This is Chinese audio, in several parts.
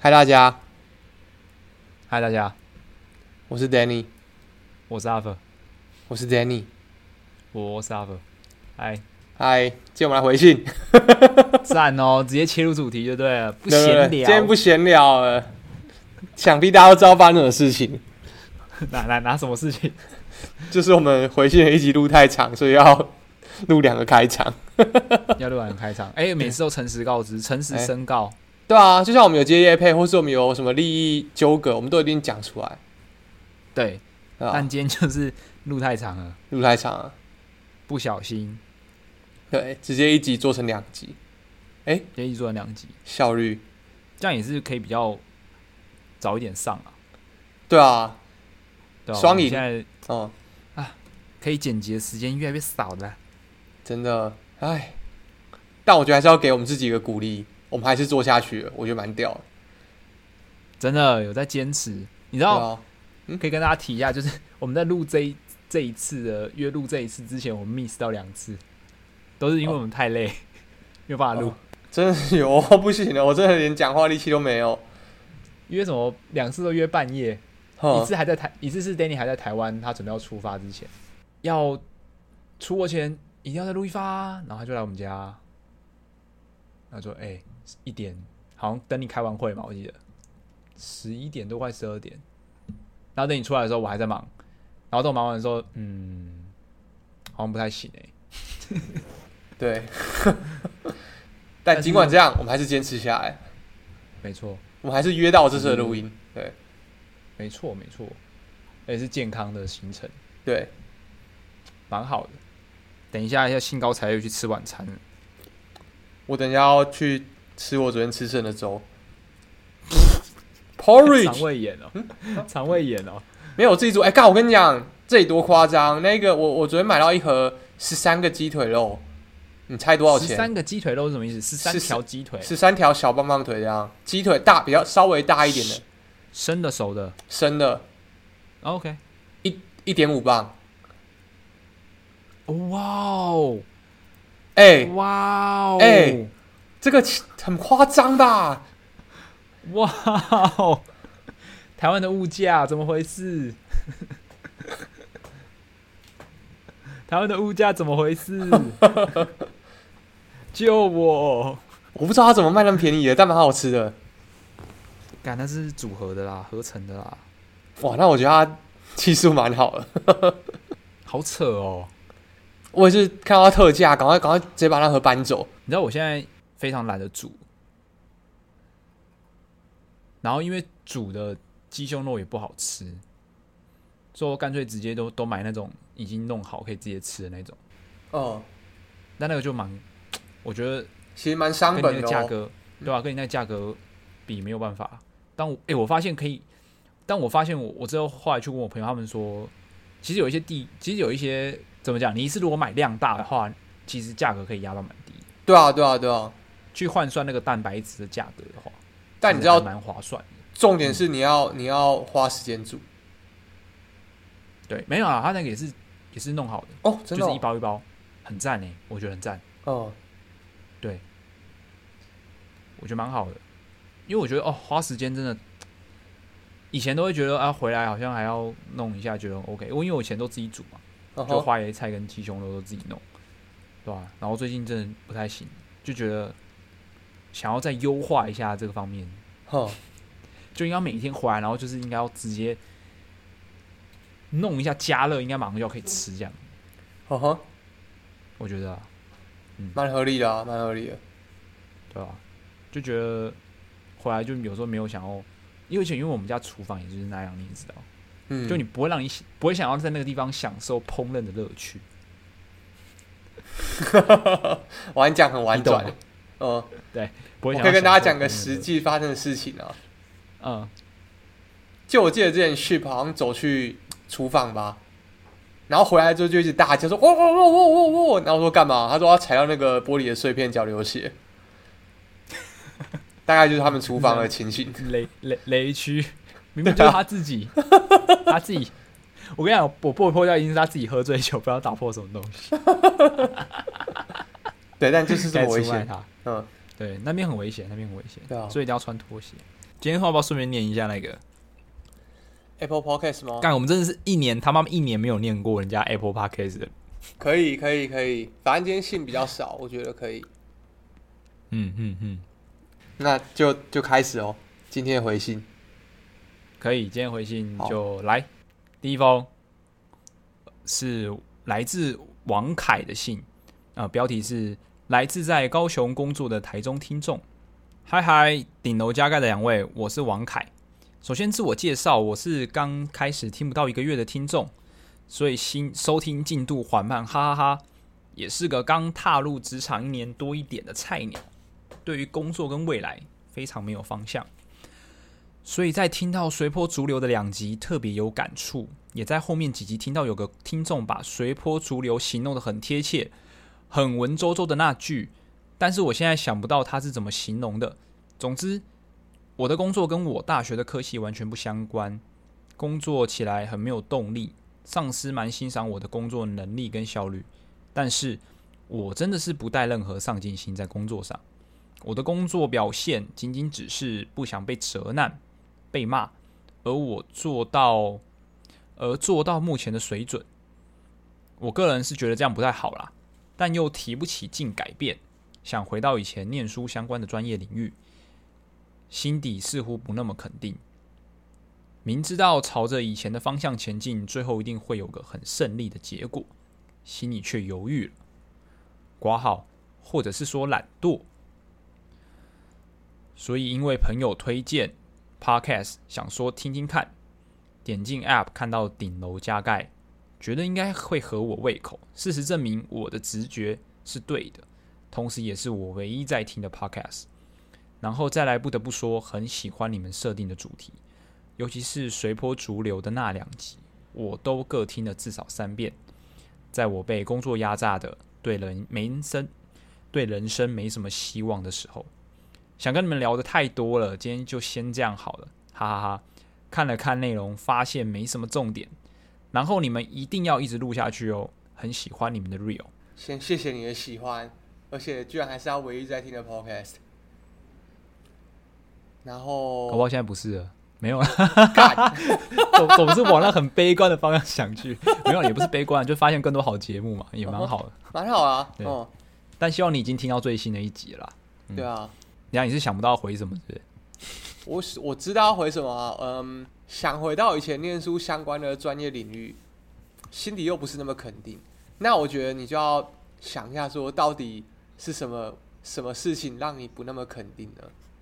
嗨大家， 嗨大家， 我是 Danny， 我是阿福， 我是 Danny， 我是阿福，嗨， 嗨，今天我们来回信， 赞哦，直接切入主题就对了，不对闲聊。 今天不闲聊了，想必大家都知道发生什么事情， 拿什么事情？ 就是我们回信的一集录太长，所以要录2个开场。 要录完开场，每次都诚实告知，诚实申告。 对啊，就像我们有接业配，或是我们有什么利益纠葛，我们都一定讲出来。 对， 啊、 但今天就是录太长了， 录太长了， 不小心， 对，直接一集做成2集， 一做了2集， 效率， 这样也是可以比较早一点上啊。 对啊， 对啊， 双赢现在哦、 可以剪辑的时间越来越少了。 真的，唉，但我觉得还是要给我们自己一个鼓励，我们还是做下去了，我觉得蛮屌的。 真的有在坚持，你知道？ 对啊可以跟大家提一下，就是我们在录这一次的约录这一次之前，我们 miss 到2次，都是因为我们太累，没有办法录。 真的是有不行了，我真的连讲话力气都没有。 约什么2次都约半夜，一次是 Danny 还在台湾，他准备要出发之前，要出国前一定要再录一发啊，然后他就来我们家，他说1点，好像等你开完会嘛，我记得11点多快12点，然后等你出来的时候我还在忙，然后等我忙完的时候，好像不太行对，但尽管这样，我们还是坚持下来。 没错， 我们还是约到这次的录音。对， 没错，而且是健康的行程， 对， 蛮好的。等一下要兴高采烈去吃晚餐了。 我等一下要去吃我昨天吃剩的粥肠 ，porridge。 胃炎哦，肠胃炎哦。 没有我自己煮。干，我跟你讲，这里多夸张。那个我昨天买到一盒13个鸡腿肉，你猜多少钱 ？13个鸡腿肉是什么意思？13条鸡腿 ，13条小棒棒腿这样。鸡腿大，比较稍微大一点的， 生的熟的生的 ，OK。 1.5磅。 哇哦，哇哦， 这个很夸张吧？ 哇哦，台湾的物价怎么回事？台湾的物价怎么回事？救我！ 我不知道它怎么卖那么便宜的，但蛮好吃的。 干，那是组合的啦，合成的啦。 哇，那我觉得它技术蛮好的。 好扯哦！ 我也是看到它特价，赶快直接把那盒搬走。 你知道我现在非常懒得煮，然后因为煮的鸡胸肉也不好吃，所以我干脆直接都买那种已经弄好可以直接吃的那种。但那个就我觉得其实蛮伤本的跟你那个价格，对吧？跟你那个价格比没有办法。但我发现可以，但我发现我之后后来去问我朋友，他们说，其实有一些怎么讲？你一次如果买量大的话，其实价格可以压到蛮低。 对啊。 去换算那个蛋白质的价格的话， 但你知道蛮划算的。 重点是你要花时间煮。 对，没有啊，他那个也是弄好的哦，真的就是一包一包，很赞我觉得很赞。对，我觉得蛮好的，因为我觉得花时间真的，以前都会觉得回来好像还要弄一下，觉得 OK。因为我以前都自己煮嘛，就花椰菜跟鸡胸肉都自己弄，对吧？然后最近真的不太行，就觉得想要再优化一下这个方面，就应该每天回来，然后就是应该要直接弄一下加热，应该马上就可以吃这样。我觉得蛮合理的啊，蛮合理的， 对吧？就觉得回来就有时候没有想要，因为我们家厨房也就是那样，你也知道，就你不会想要在那个地方享受烹饪的乐趣。 我跟你讲很婉转， 对，不会想要。 我可以跟大家讲个实际发生的事情啊，就我记得之前 Ship 好像走去厨房吧。然后回来之后就一直大叫说喔，然后说干嘛？他说要踩到那个玻璃的碎片脚流血，大概就是他们厨房的情形。 雷区，明明就是他自己，我跟你讲，我破掉一定是他自己喝醉酒，不知道打破什么东西。 对，但就是这么危险。 对，那边很危险， 对啊， 所以一定要穿拖鞋。 今天要不要顺便念一下那个 Apple Podcast 吗？ 干，我们真的是一年没有念过人家 Apple Podcast 的。 可以，反正今天信比较少，我觉得可以。那就开始哦，今天的回信。 可以，今天回信就来。第一封是来自王凯的信，标题是来自在高雄工作的台中听众。嗨，顶楼加盖的两位，我是王凯。首先自我介绍，我是刚开始听不到1个月的听众，所以收听进度缓慢，哈哈哈。也是个刚踏入职场1年多一点的菜鸟，对于工作跟未来非常没有方向，所以在听到随波逐流的2集特别有感触，也在后面几集听到有个听众把随波逐流形容得很贴切，很文绉绉的那句，但是我现在想不到他是怎么形容的。总之，我的工作跟我大学的科系完全不相关，工作起来很没有动力，上司蛮欣赏我的工作能力跟效率，但是我真的是不带任何上进心在工作上。我的工作表现仅仅只是不想被责难、被骂，而做到目前的水准，我个人是觉得这样不太好啦，但又提不起劲改变，想回到以前念书相关的专业领域，心底似乎不那么肯定。明知道朝着以前的方向前进，最后一定会有个很胜利的结果，心里却犹豫了。括号，或者是说懒惰。所以因为朋友推荐 Podcast， 想说听听看，点进 App 看到顶楼加盖，觉得应该会合我胃口。事实证明我的直觉是对的，同时也是我唯一在听的 Podcast。然后再来不得不说，很喜欢你们设定的主题，尤其是随波逐流的那2集，我都各听了至少3遍。在我被工作压榨的对人生没什么希望的时候，想跟你们聊的太多了，今天就先这样好了，哈哈哈。看了看内容，发现没什么重点，然后你们一定要一直录下去哦，很喜欢你们的 Real。 先谢谢你的喜欢，而且居然还是他唯一在听的 Podcast。 然后搞不好现在不是了，没有了总是往那很悲观的方向想去，没有，也不是悲观，就发现更多好节目嘛，也蛮好的， 蛮好啊。 但希望你已经听到最新的一集了啦。 对啊， 你是想不到回什么，对不对？我知道回什么啊，想回到以前念书相关的专业领域，心里又不是那么肯定。那我觉得你就要想一下，说到底是什么事情让你不那么肯定呢？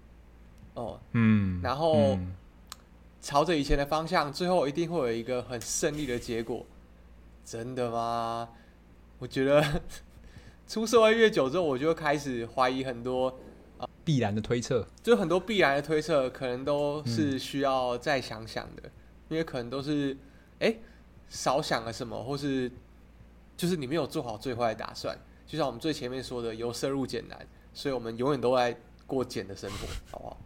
然后朝着以前的方向，最后一定会有一个很胜利的结果。真的吗？我觉得出社会越久之后，我就会开始怀疑很多必然的推测， 就很多必然的推测，可能都是需要再想想的，因为可能都是少想了什么，或是就是你没有做好最坏的打算。就像我们最前面说的，由奢入俭难，所以我们永远都在过俭的生活，好不好？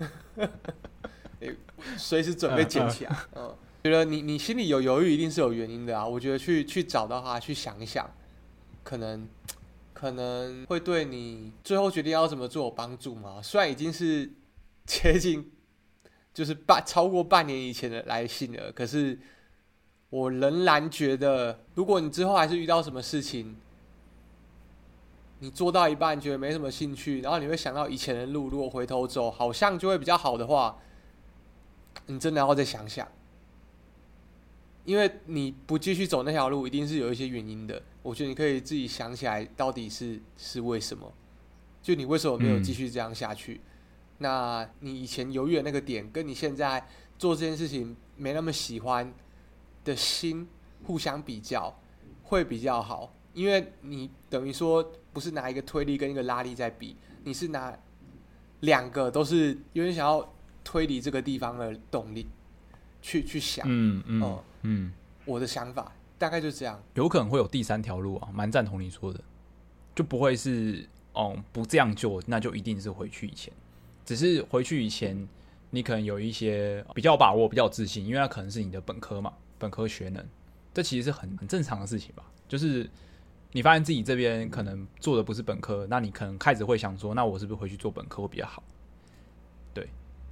随时准备捡起来。觉得你心里有犹豫，一定是有原因的啊。我觉得去找到它，去想一想，可能会对你最后决定要怎么做有帮助嘛。虽然已经是接近就是超过半年以前的来信了，可是我仍然觉得，如果你之后还是遇到什么事情，你做到一半觉得没什么兴趣，然后你会想到以前的路，如果回头走好像就会比较好的话，你真的要再想想，因为你不继续走那条路一定是有一些原因的。我觉得你可以自己想起来到底是为什么，就你为什么没有继续这样下去。那你以前犹豫的那个点跟你现在做这件事情没那么喜欢的心互相比较会比较好，因为你等于说不是拿一个推力跟一个拉力在比，你是拿2个都是有点想要推离这个地方的动力去想。我的想法大概就这样。 有可能会有第3条路啊，蛮赞同你说的，就不会是不这样做，那就一定是回去以前。只是回去以前，你可能有一些比较把握、比较自信，因为它可能是你的本科嘛，本科学能，这其实是很正常的事情吧。就是你发现自己这边可能做的不是本科，那你可能开始会想说，那我是不是回去做本科会比较好？对，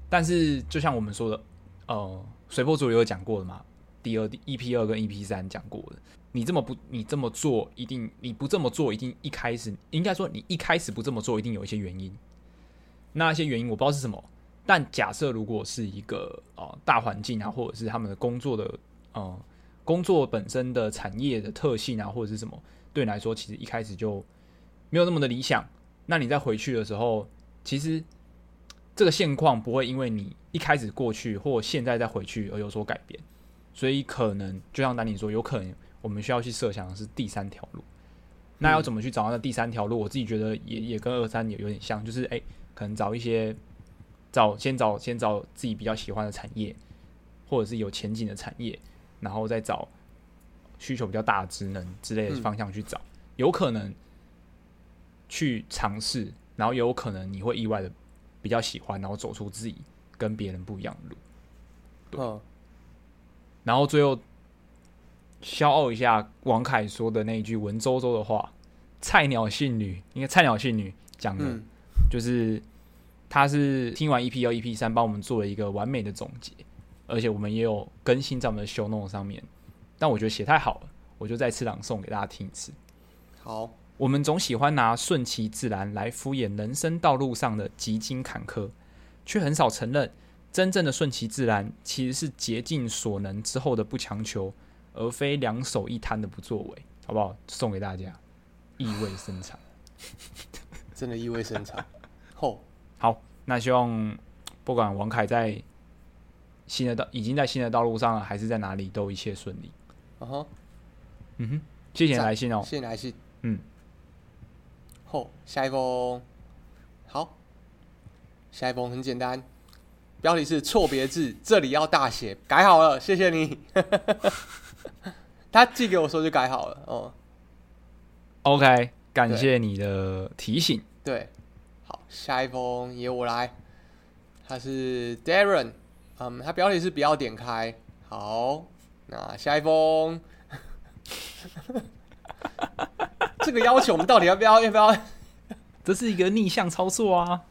但是就像我们说的，随波逐流有讲过的嘛，EP2跟 EP3 讲过的，你这么做一定，你不这么做一定一开始应该说你一开始不这么做一定有一些原因，那些原因我不知道是什么，但假设如果是一个大环境啊，或者是他们的工作本身的产业的特性啊，或者是什么，对你来说其实一开始就没有那么的理想，那你再回去的时候，其实这个现况不会因为你一开始过去或现在再回去而有所改变，所以可能就像丹尼说，有可能我们需要去设想的是第三条路。那要怎么去找到那第三条路？我自己觉得也跟23有点像，就是可能先找自己比较喜欢的产业，或者是有前景的产业，然后再找需求比较大的职能之类的方向去找，有可能去尝试，然后也有可能你会意外的比较喜欢，然后走出自己跟别人不一样的路。对，然后最后骄傲一下王凯说的那一句文绉绉的话，菜鸟信女，应该菜鸟信女讲的，就是他是听完 EP2、EP3 帮我们做了一个完美的总结，而且我们也有更新在我们的 show note 上面，但我觉得写太好了，我就再次朗诵给大家听一次。 好， 我们总喜欢拿顺其自然来敷衍人生道路上的极经坎坷，却很少承认真正的顺其自然其实是竭尽所能之后的不强求，而非两手一摊的不作为，好不好？送给大家，意味深长， 真的意味深长。 好，那希望不管王凯在已经在新的道路上了，还是在哪里，都一切顺利。谢谢你来信哦， 谢谢你来信。下一封，好，下一封很简单，标题是错别字，这里要大写，改好了，谢谢你。他寄给我说就改好了 OK， 感谢你的提醒。 对，好，下一封由我来，他是 Darren，他标题是不要点开。好，那下一封，这个要求我们到底要不要？ 这是一个逆向操作啊！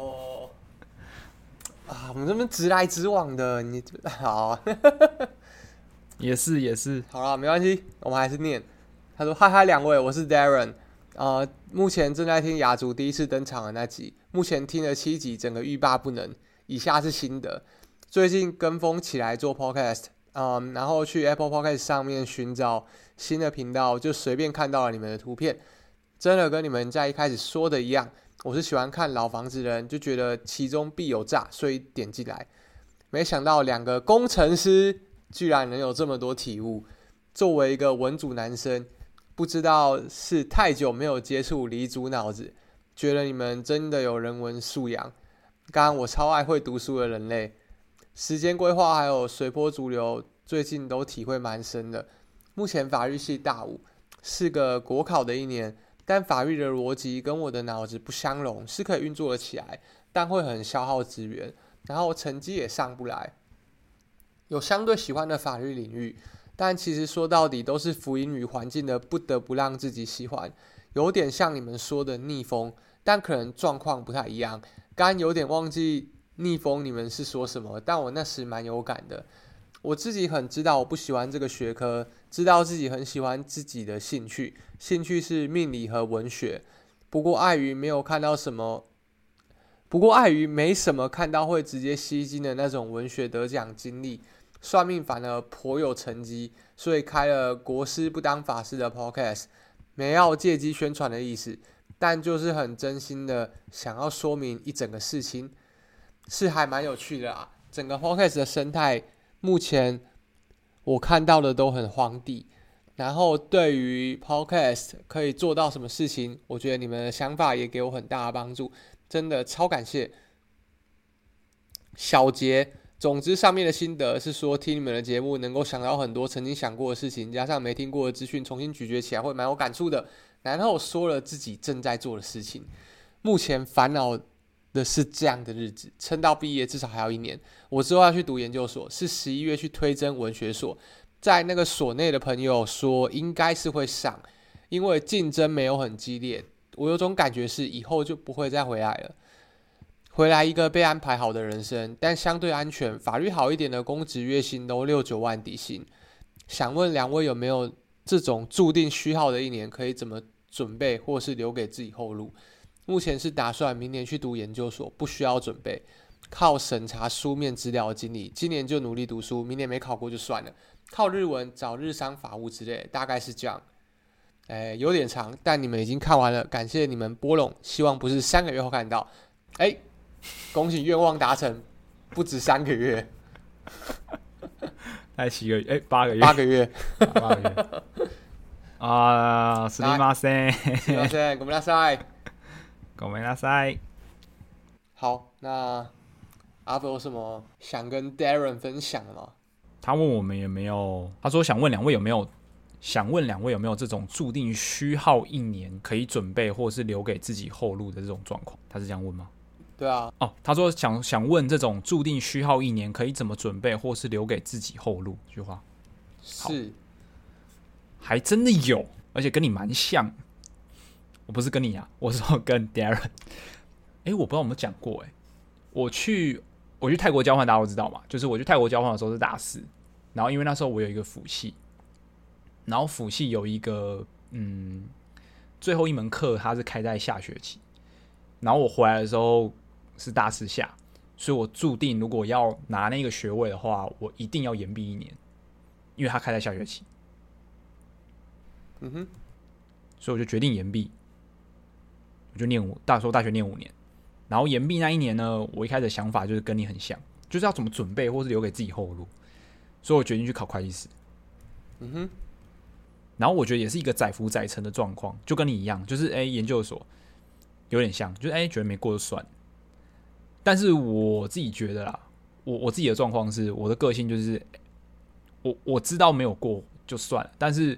我们这边直来直往的，你好， 也是， 好了，没关系，我们还是念。他说：“嗨，两位，我是 Darren，目前正在听雅竹第一次登场的那集，目前听了7集，整个欲罢不能。以下是心得：最近跟风起来做 podcast，然后去 Apple Podcast 上面寻找新的频道，就随便看到了你们的图片，真的跟你们在一开始说的一样，我是喜欢看老房子的人，就觉得其中必有诈，所以点进来。没想到2个工程师居然能有这么多体悟。作为一个文组男生，不知道是太久没有接触理组脑子，觉得你们真的有人文素养。刚刚我超爱会读书的人类，时间规划还有随波逐流，最近都体会蛮深的。目前法律系大5，是个国考的一年，但法律的逻辑跟我的脑子不相容，是可以运作得起来，但会很消耗资源，然后成绩也上不来。有相对喜欢的法律领域，但其实说到底都是福音与环境的不得不让自己喜欢，有点像你们说的逆风，但可能状况不太一样。刚有点忘记逆风你们是说什么，但我那时蛮有感的。我自己很知道我不喜欢这个学科，知道自己很喜欢自己的兴趣是命理和文学，不过碍于没什么看到会直接吸睛的那种文学得奖经历，算命反而颇有成绩，所以开了国师不当法师的 podcast， 没要借机宣传的意思，但就是很真心的想要说明一整个事情，是还蛮有趣的啊。整个 podcast 的生态目前我看到的都很荒地，然后对于 podcast 可以做到什么事情，我觉得你们的想法也给我很大的帮助，真的超感谢。小结，总之上面的心得是说，听你们的节目能够想到很多曾经想过的事情，加上没听过的资讯重新咀嚼起来会蛮有感触的，然后说了自己正在做的事情。目前烦恼的是这样的日子，撑到毕业至少还要1年。我之后要去读研究所，是11月去推甄文学所，在那个所内的朋友说应该是会上，因为竞争没有很激烈，我有种感觉是以后就不会再回来了。 回来一个被安排好的人生，但相对安全、法律好一点的公职月薪都6-9万底薪。想问两位有没有这种注定虚耗的一年，可以怎么准备，或是留给自己后路？目前是打算明年去读研究所，不需要准备，靠审查书面资料的经历，今年就努力读书，明年没考过就算了，靠日文找日商法务之类，大概是这样。有点长，但你们已经看完了，感谢你们波龙，希望不是3个月后看到。恭喜愿望达成，不止3个月， 才7个月，8个月 ，8个月 ，8个月。啊，すみません， すみません，ごめんなさい， ごめんなさい。 好，那阿福有什么想跟 Darren 分享的吗？ 他问我们有没有，他说想问两位有没有这种注定虚耗一年可以准备或是留给自己后路的这种状况？他是这样问吗？ 对啊。 他说想问这种注定虚耗一年可以怎么准备或是留给自己后路？这句话是， 还真的有，而且跟你蛮像。我不是跟你啊，我说跟 Darren。我不知道有没有讲过。我去泰国交换，大家都知道嘛，就是我去泰国交换的时候是大4，然后因为那时候我有一个辅系，然后辅系有一个最后一门课它是开在下学期，然后我回来的时候是大4下，所以我注定如果要拿那个学位的话，我一定要延毕1年，因为它开在下学期。所以我就决定延毕，我就大学念5年。然后延毕那1年呢，我一开始的想法就是跟你很像，就是要怎么准备或是留给自己后路，所以我决定去考会计师。然后我觉得也是一个载浮载沉的状况，就跟你一样，就是研究所有点像，就是觉得没过就算。但是我自己觉得啦，我自己的状况是，我的个性就是我知道没有过就算了，但是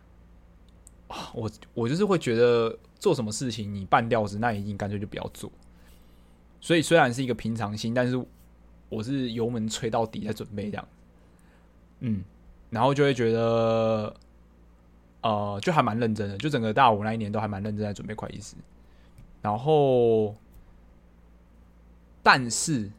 我就是会觉得做什么事情你半吊子，那一定干脆就不要做。所以虽然是一个平常心，但是我是油门吹到底在准备这样。然后就会觉得就还蛮认真的，就整个大5那1年都还蛮认真在准备会计师。然后但是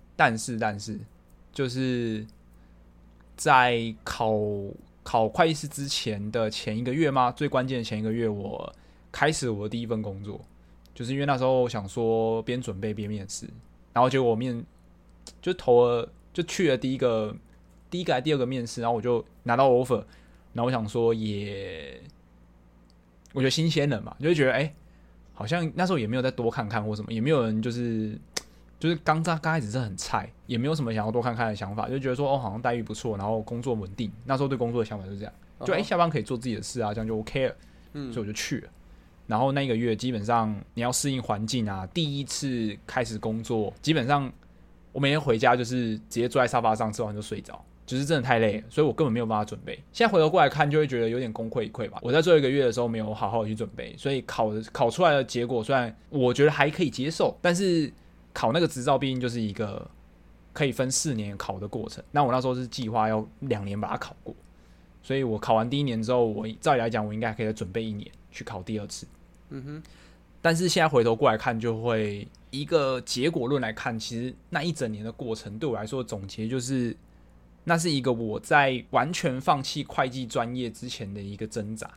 就是在考会计师之前的前1个月吗？最关键的前1个月，我开始我的第1份工作，就是因为那时候想说边准备边面试，然后结果就去了第一个还第2个面试，然后我就拿到 offer， 然后我想说我觉得新鲜人嘛，就会觉得好像那时候也没有再多看看或什么，也没有人就是刚开始是很菜，也没有什么想要多看看的想法，就觉得说好像待遇不错，然后工作稳定。那时候对工作的想法就是这样，就下班可以做自己的事啊，这样就 OK 了。所以我就去了。然后那1个月基本上你要适应环境啊，第一次开始工作，基本上我每天回家就是直接坐在沙发上吃完就睡着，就是真的太累了，所以我根本没有办法准备。现在回头过来看，就会觉得有点功亏一篑吧。我在最后1个月的时候没有好好的去准备，所以考出来的结果虽然我觉得还可以接受，但是考那个执照毕竟就是一个可以分4年考的过程。那我那时候是计划要2年把它考过，所以我考完第1年之后，我照理来讲我应该可以再准备1年去考第2次。但是现在回头过来看，就会一个结果论来看，其实那1整年的过程对我来说的总结就是，那是一个我在完全放弃会计专业之前的一个挣扎。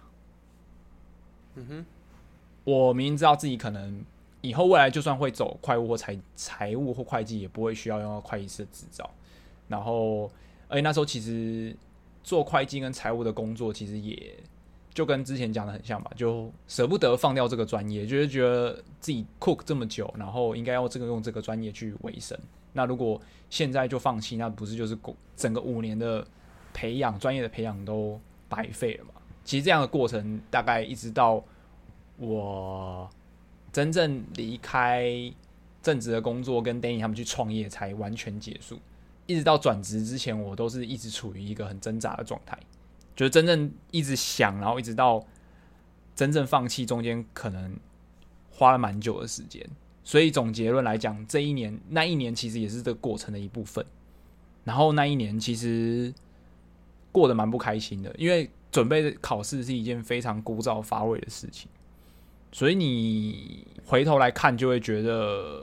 我明明知道自己可能以后未来就算会走会务或财务或会计，也不会需要用到会计师的执照。然后，而且那时候其实做会计跟财务的工作，其实也就跟之前讲的很像吧，就舍不得放掉这个专业，就是觉得自己 cook 这么久，然后应该要用这个专业去维生。那如果现在就放弃，那不是就是整个5年的培养，专业的培养都白费了嘛？其实这样的过程大概一直到我真正离开正职的工作，跟 Danny 他们去创业才完全结束。一直到转职之前，我都是一直处于一个很挣扎的状态。就是真正一直想，然后一直到真正放弃，中间可能花了蛮久的时间。所以总结论来讲，那一年其实也是这个过程的一部分。然后那1年其实过得蛮不开心的，因为准备考试是一件非常枯燥乏味的事情。所以你回头来看，就会觉得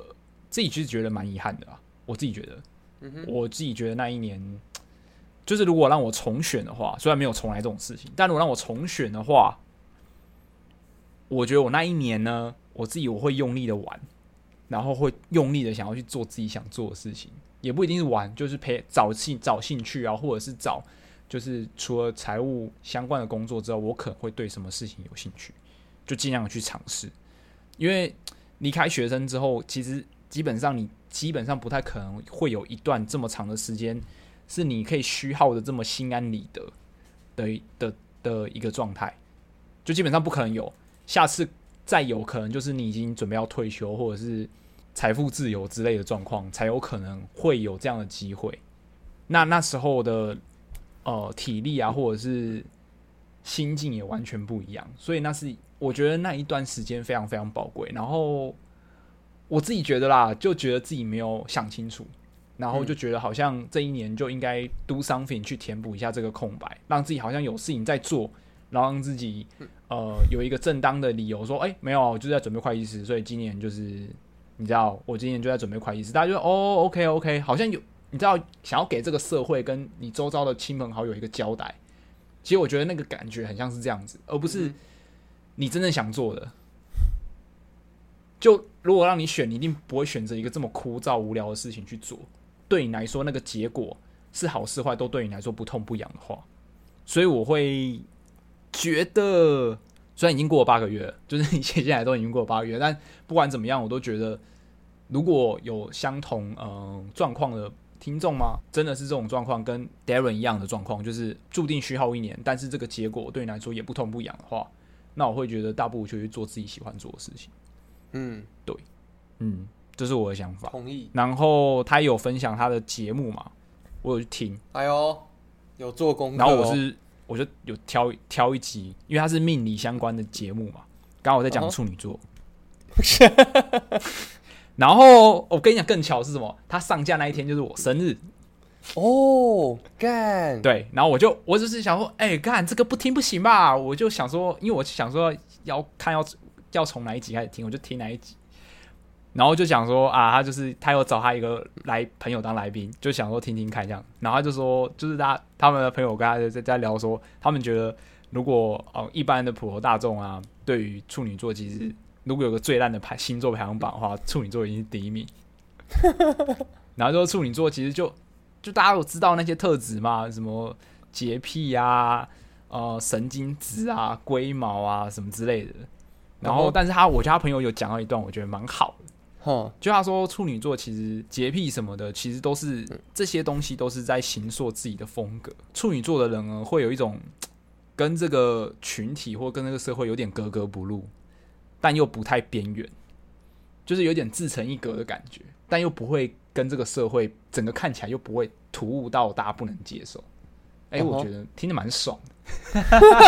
自己其实觉得蛮遗憾的啊。我自己觉得，我自己觉得那一年，就是如果让我重选的话，虽然没有重来这种事情，但如果让我重选的话，我觉得我那一年呢，我会用力的玩，然后会用力的想要去做自己想做的事情，也不一定是玩，就是找兴趣啊，或者是就是除了财务相关的工作之后，我可能会对什么事情有兴趣，就尽量去尝试。因为离开学生之后，其实基本上不太可能会有一段这么长的时间，是你可以虚耗的这么心安理得的一个状态，就基本上不可能有。下次再有可能就是你已经准备要退休，或者是财富自由之类的状况，才有可能会有这样的机会。那时候的体力啊，或者是心境也完全不一样，所以我觉得那一段时间非常非常宝贵。然后我自己觉得啦，就觉得自己没有想清楚，然后就觉得好像这一年就应该 do something 去填补一下这个空白，让自己好像有事情在做，然后让自己有一个正当的理由说，没有，我就是在准备会计师，所以今年就是你知道，我今年就在准备会计师，大家就OK， 好像有你知道想要给这个社会跟你周遭的亲朋好友一个交代。其实我觉得那个感觉很像是这样子，而不是你真正想做的。就如果让你选，你一定不会选择一个这么枯燥无聊的事情去做。对你来说，那个结果是好是坏，都对你来说不痛不痒的话，所以我会觉得，虽然已经过了8个月了，就是你现在都已经过了8个月，但不管怎么样，我都觉得，如果有相同状况的听众吗？真的是这种状况，跟 Darren 一样的状况，就是注定虚耗1年，但是这个结果对你来说也不痛不痒的话，那我会觉得大不如就去做自己喜欢做的事情。对，这是我的想法。 同意。 然后他有分享他的节目嘛，我有去听。 哎呦，有做功课。 然后我就有挑一集，因为它是命理相关的节目嘛，刚好我在讲处女座。然后我跟你讲，更巧是什么？他上架那一天就是我生日。 干！ 对，然后我就是想说，干这个不听不行吧？我就想说，因为我想说要从哪一集开始听，我就听哪一集。然后就想说啊，他有找他一个朋友当来宾，就想说听听看这样。然后他就说，就是他们的朋友跟他在聊说，他们觉得如果一般的普罗大众啊，对于处女座其实如果有个最烂的星座排行榜的话，处女座已经是第1名。然后说处女座其实就大家有知道那些特质嘛，什么洁癖啊、神经质啊、龟毛啊什么之类的。然后，但是我觉得他朋友有讲到一段，我觉得蛮好的。就他说处女座其实洁癖什么的，其实都是这些东西都是在形塑自己的风格。处女座的人呢，会有一种跟这个群体或跟这个社会有点格格不入，但又不太边缘，就是有点自成一格的感觉，但又不会跟这个社会整个看起来又不会突兀到大家不能接受。我觉得听得蛮爽的。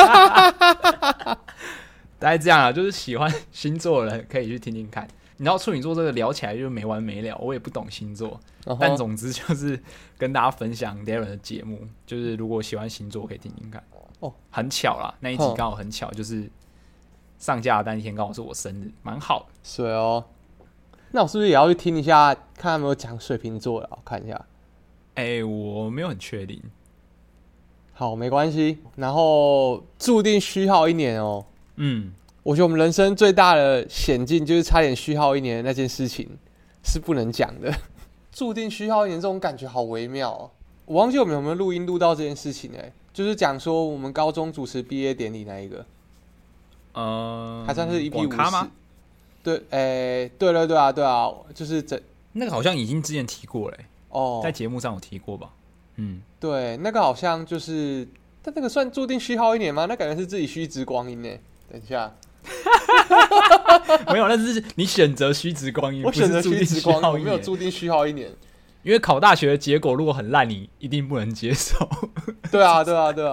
大概这样啊，就是喜欢星座的人可以去听听看。你知道处女座这个聊起来就没完没了，我也不懂星座，但总之就是跟大家分享 Darren 的节目，就是如果喜欢星座可以听听看。很巧啦，那一集刚好很巧，就是上架的那一天刚好是我生日，蛮好的。 水哦，那我是不是也要去听一下，看有没有讲水瓶座的？我看一下。 我没有很确定。 好，没关系。然后注定虚耗1年哦。我觉得我们人生最大的险境就是差点虚耗1年的那件事情是不能讲的。注定虚耗1年这种感觉好微妙哦。我忘记我们有没有录音录到这件事情就是讲说我们高中主持毕业典礼那一个。还算是EP50吗？对，对啊，就是那个好像已经之前提过了在节目上有提过吧？ 对，那个好像就是，但那个算注定虚耗1年吗？那感觉是自己虚掷光阴等一下， 没有，那是你选择虚掷光阴， 我选择虚掷光阴，我没有注定虚耗1年。 因为考大学的结果如果很烂，你一定不能接受。 对啊。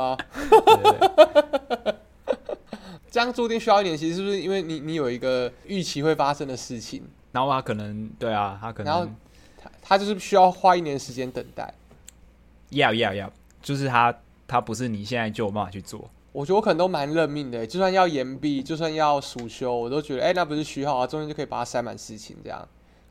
这样注定需要1年，其实是不是因为你有一个预期会发生的事情， 然后他可能他可能， 然后他就是需要花1年的时间等待。 要，就是他不是你现在就有办法去做。 我觉得我可能都蛮认命的，就算要延毕，就算要暑修，我都觉得那不是虚耗啊，中间就可以把它塞满事情这样。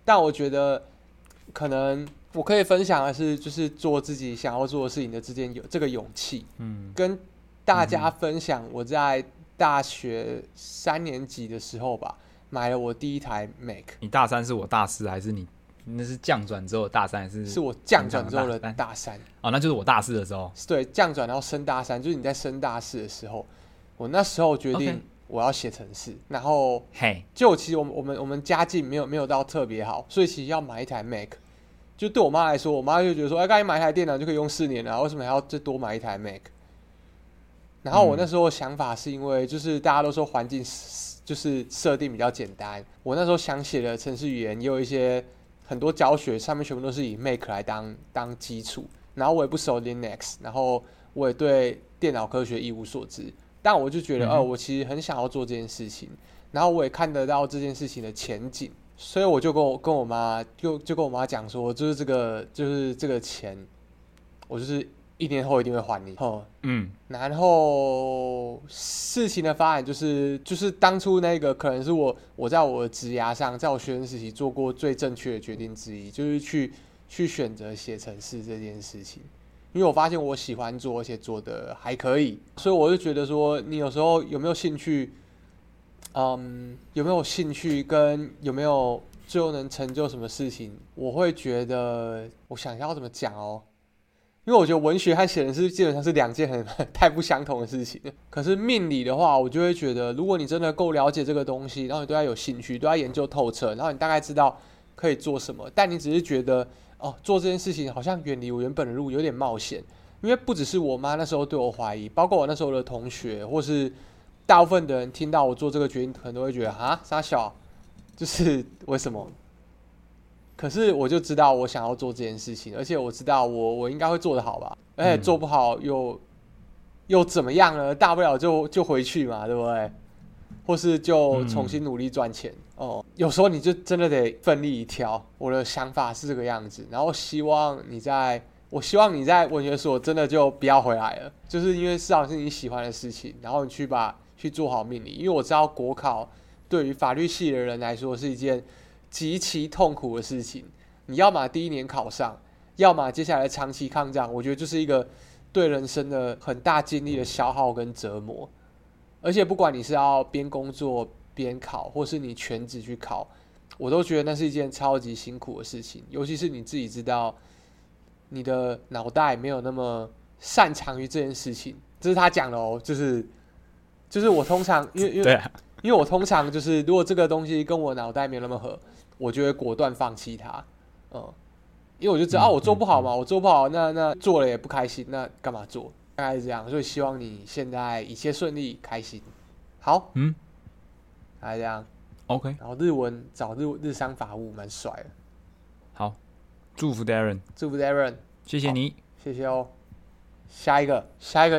但我觉得可能我可以分享的是，就是做自己想要做的事情的之间有这个勇气，跟大家分享我在大学3年级的时候吧，买了我第一台 Mac。 你大3是我大4，还是你那是降转之后的大3，还是我降转之后的大3？ 哦，那就是我大4的时候。 对，降转然后升大3，就是你在升大4的时候，我那时候决定我要写程式，然后就其实我们家境没有到特别好，所以其实要买一台 Mac， 就对我妈来说，我妈就觉得说，刚才买一台电脑就可以用4年了，为什么还要再多买一台 Mac？然后我那时候想法是因为就是大家都说环境就是设定比较简单，我那时候想写的程式语言也有一些很多教学上面全部都是以 Mac 来当基础，然后我也不熟 Linux， 然后我也对电脑科学一无所知，但我就觉得我其实很想要做这件事情，然后我也看得到这件事情的前景，所以我就跟我妈就跟我妈讲说，就是这个钱，我就是1年后一定会还你。然后事情的发展就是当初那个可能是我在我的职涯上，在我学生时期做过最正确的决定之一，就是去选择写程式这件事情，因为我发现我喜欢做，而且做的还可以，所以我就觉得说，你有时候有没有兴趣，有没有兴趣跟有没有最后能成就什么事情，我会觉得，我想一下要怎么讲哦。因为我觉得文学和写程式基本上是2件太不相同的事情。可是命理的话，我就会觉得，如果你真的够了解这个东西，然后你对它有兴趣，对它研究透彻，然后你大概知道可以做什么，但你只是觉得做这件事情好像远离我原本的路，有点冒险。因为不只是我妈那时候对我怀疑，包括我那时候的同学，或是大部分的人听到我做这个决定，可能都会觉得傻小，就是为什么？可是我就知道我想要做这件事情，而且我知道我应该会做得好吧，而且做不好又怎么样呢？大不了就回去嘛，对不对？或是就重新努力赚钱有时候你就真的得奋力一跳。我的想法是这个样子，然后我希望你在文学所真的就不要回来了，就是因为至少是你喜欢的事情，然后你去做好命理，因为我知道国考对于法律系的人来说是一件极其痛苦的事情，你要么第1年考上，要么接下来长期抗战，我觉得就是一个对人生的很大精力的消耗跟折磨。而且不管你是要边工作边考，或是你全职去考，我都觉得那是一件超级辛苦的事情，尤其是你自己知道你的脑袋没有那么擅长于这件事情，这是他讲的哦，就是我通常因为我通常就是如果这个东西跟我脑袋没有那么合，我就会果断放弃它，因为我就知道我做不好嘛，我做不好，那做了也不开心，那干嘛做？大概是这样，所以希望你现在一切顺利，开心。好，大概这样 ，OK。 然后日文找日商法务蛮帅的。 好，祝福 Darren， 谢谢你， 谢谢哦。下一个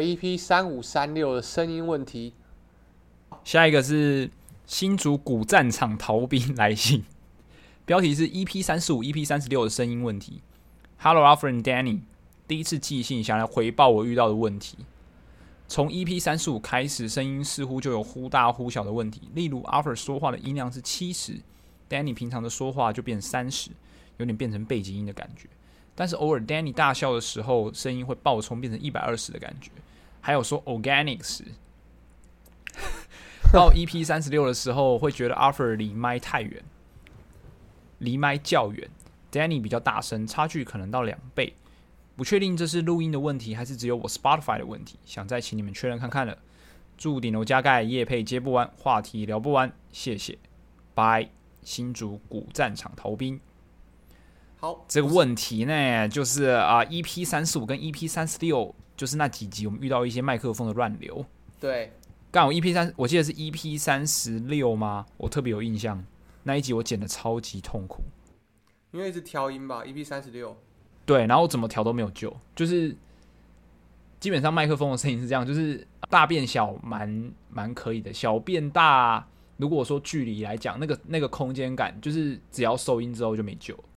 EP3536的声音问题。 下一个是新竹古战场逃兵来信，标题是 EP35、EP36 的声音问题。Hello, Arthur and Danny， 第一次寄信想来回报我遇到的问题。从 EP35 开始，声音似乎就有忽大忽小的问题，例如 Arthur 说话的音量是70， Danny 平常的说话就变30，有点变成背景音的感觉。但是偶尔 Danny 大笑的时候，声音会爆冲变成120的感觉。还有说 organic 时。到 EP36 的时候，会觉得 Arthur 离麦太远，离麦较远 ，Danny 比较大声，差距可能到2倍。不确定这是录音的问题，还是只有我 Spotify 的问题，想再请你们确认看看了。祝顶楼加盖，业配接不完，话题聊不完，谢谢。拜，新竹古战场逃兵。 好， 这个问题呢，就是EP35跟 EP36，就是那几集我们遇到一些麦克风的乱流。 对。 刚好 EP3，我记得是 EP36吗？我特别有印象，那一集我剪得超级痛苦， 因为一直调音吧 ，EP36。 对，然后我怎么调都没有救，就是基本上麦克风的声音是这样，就是大变小蛮可以的，小变大，如果说距离来讲，那个空间感，就是只要收音之后就没救。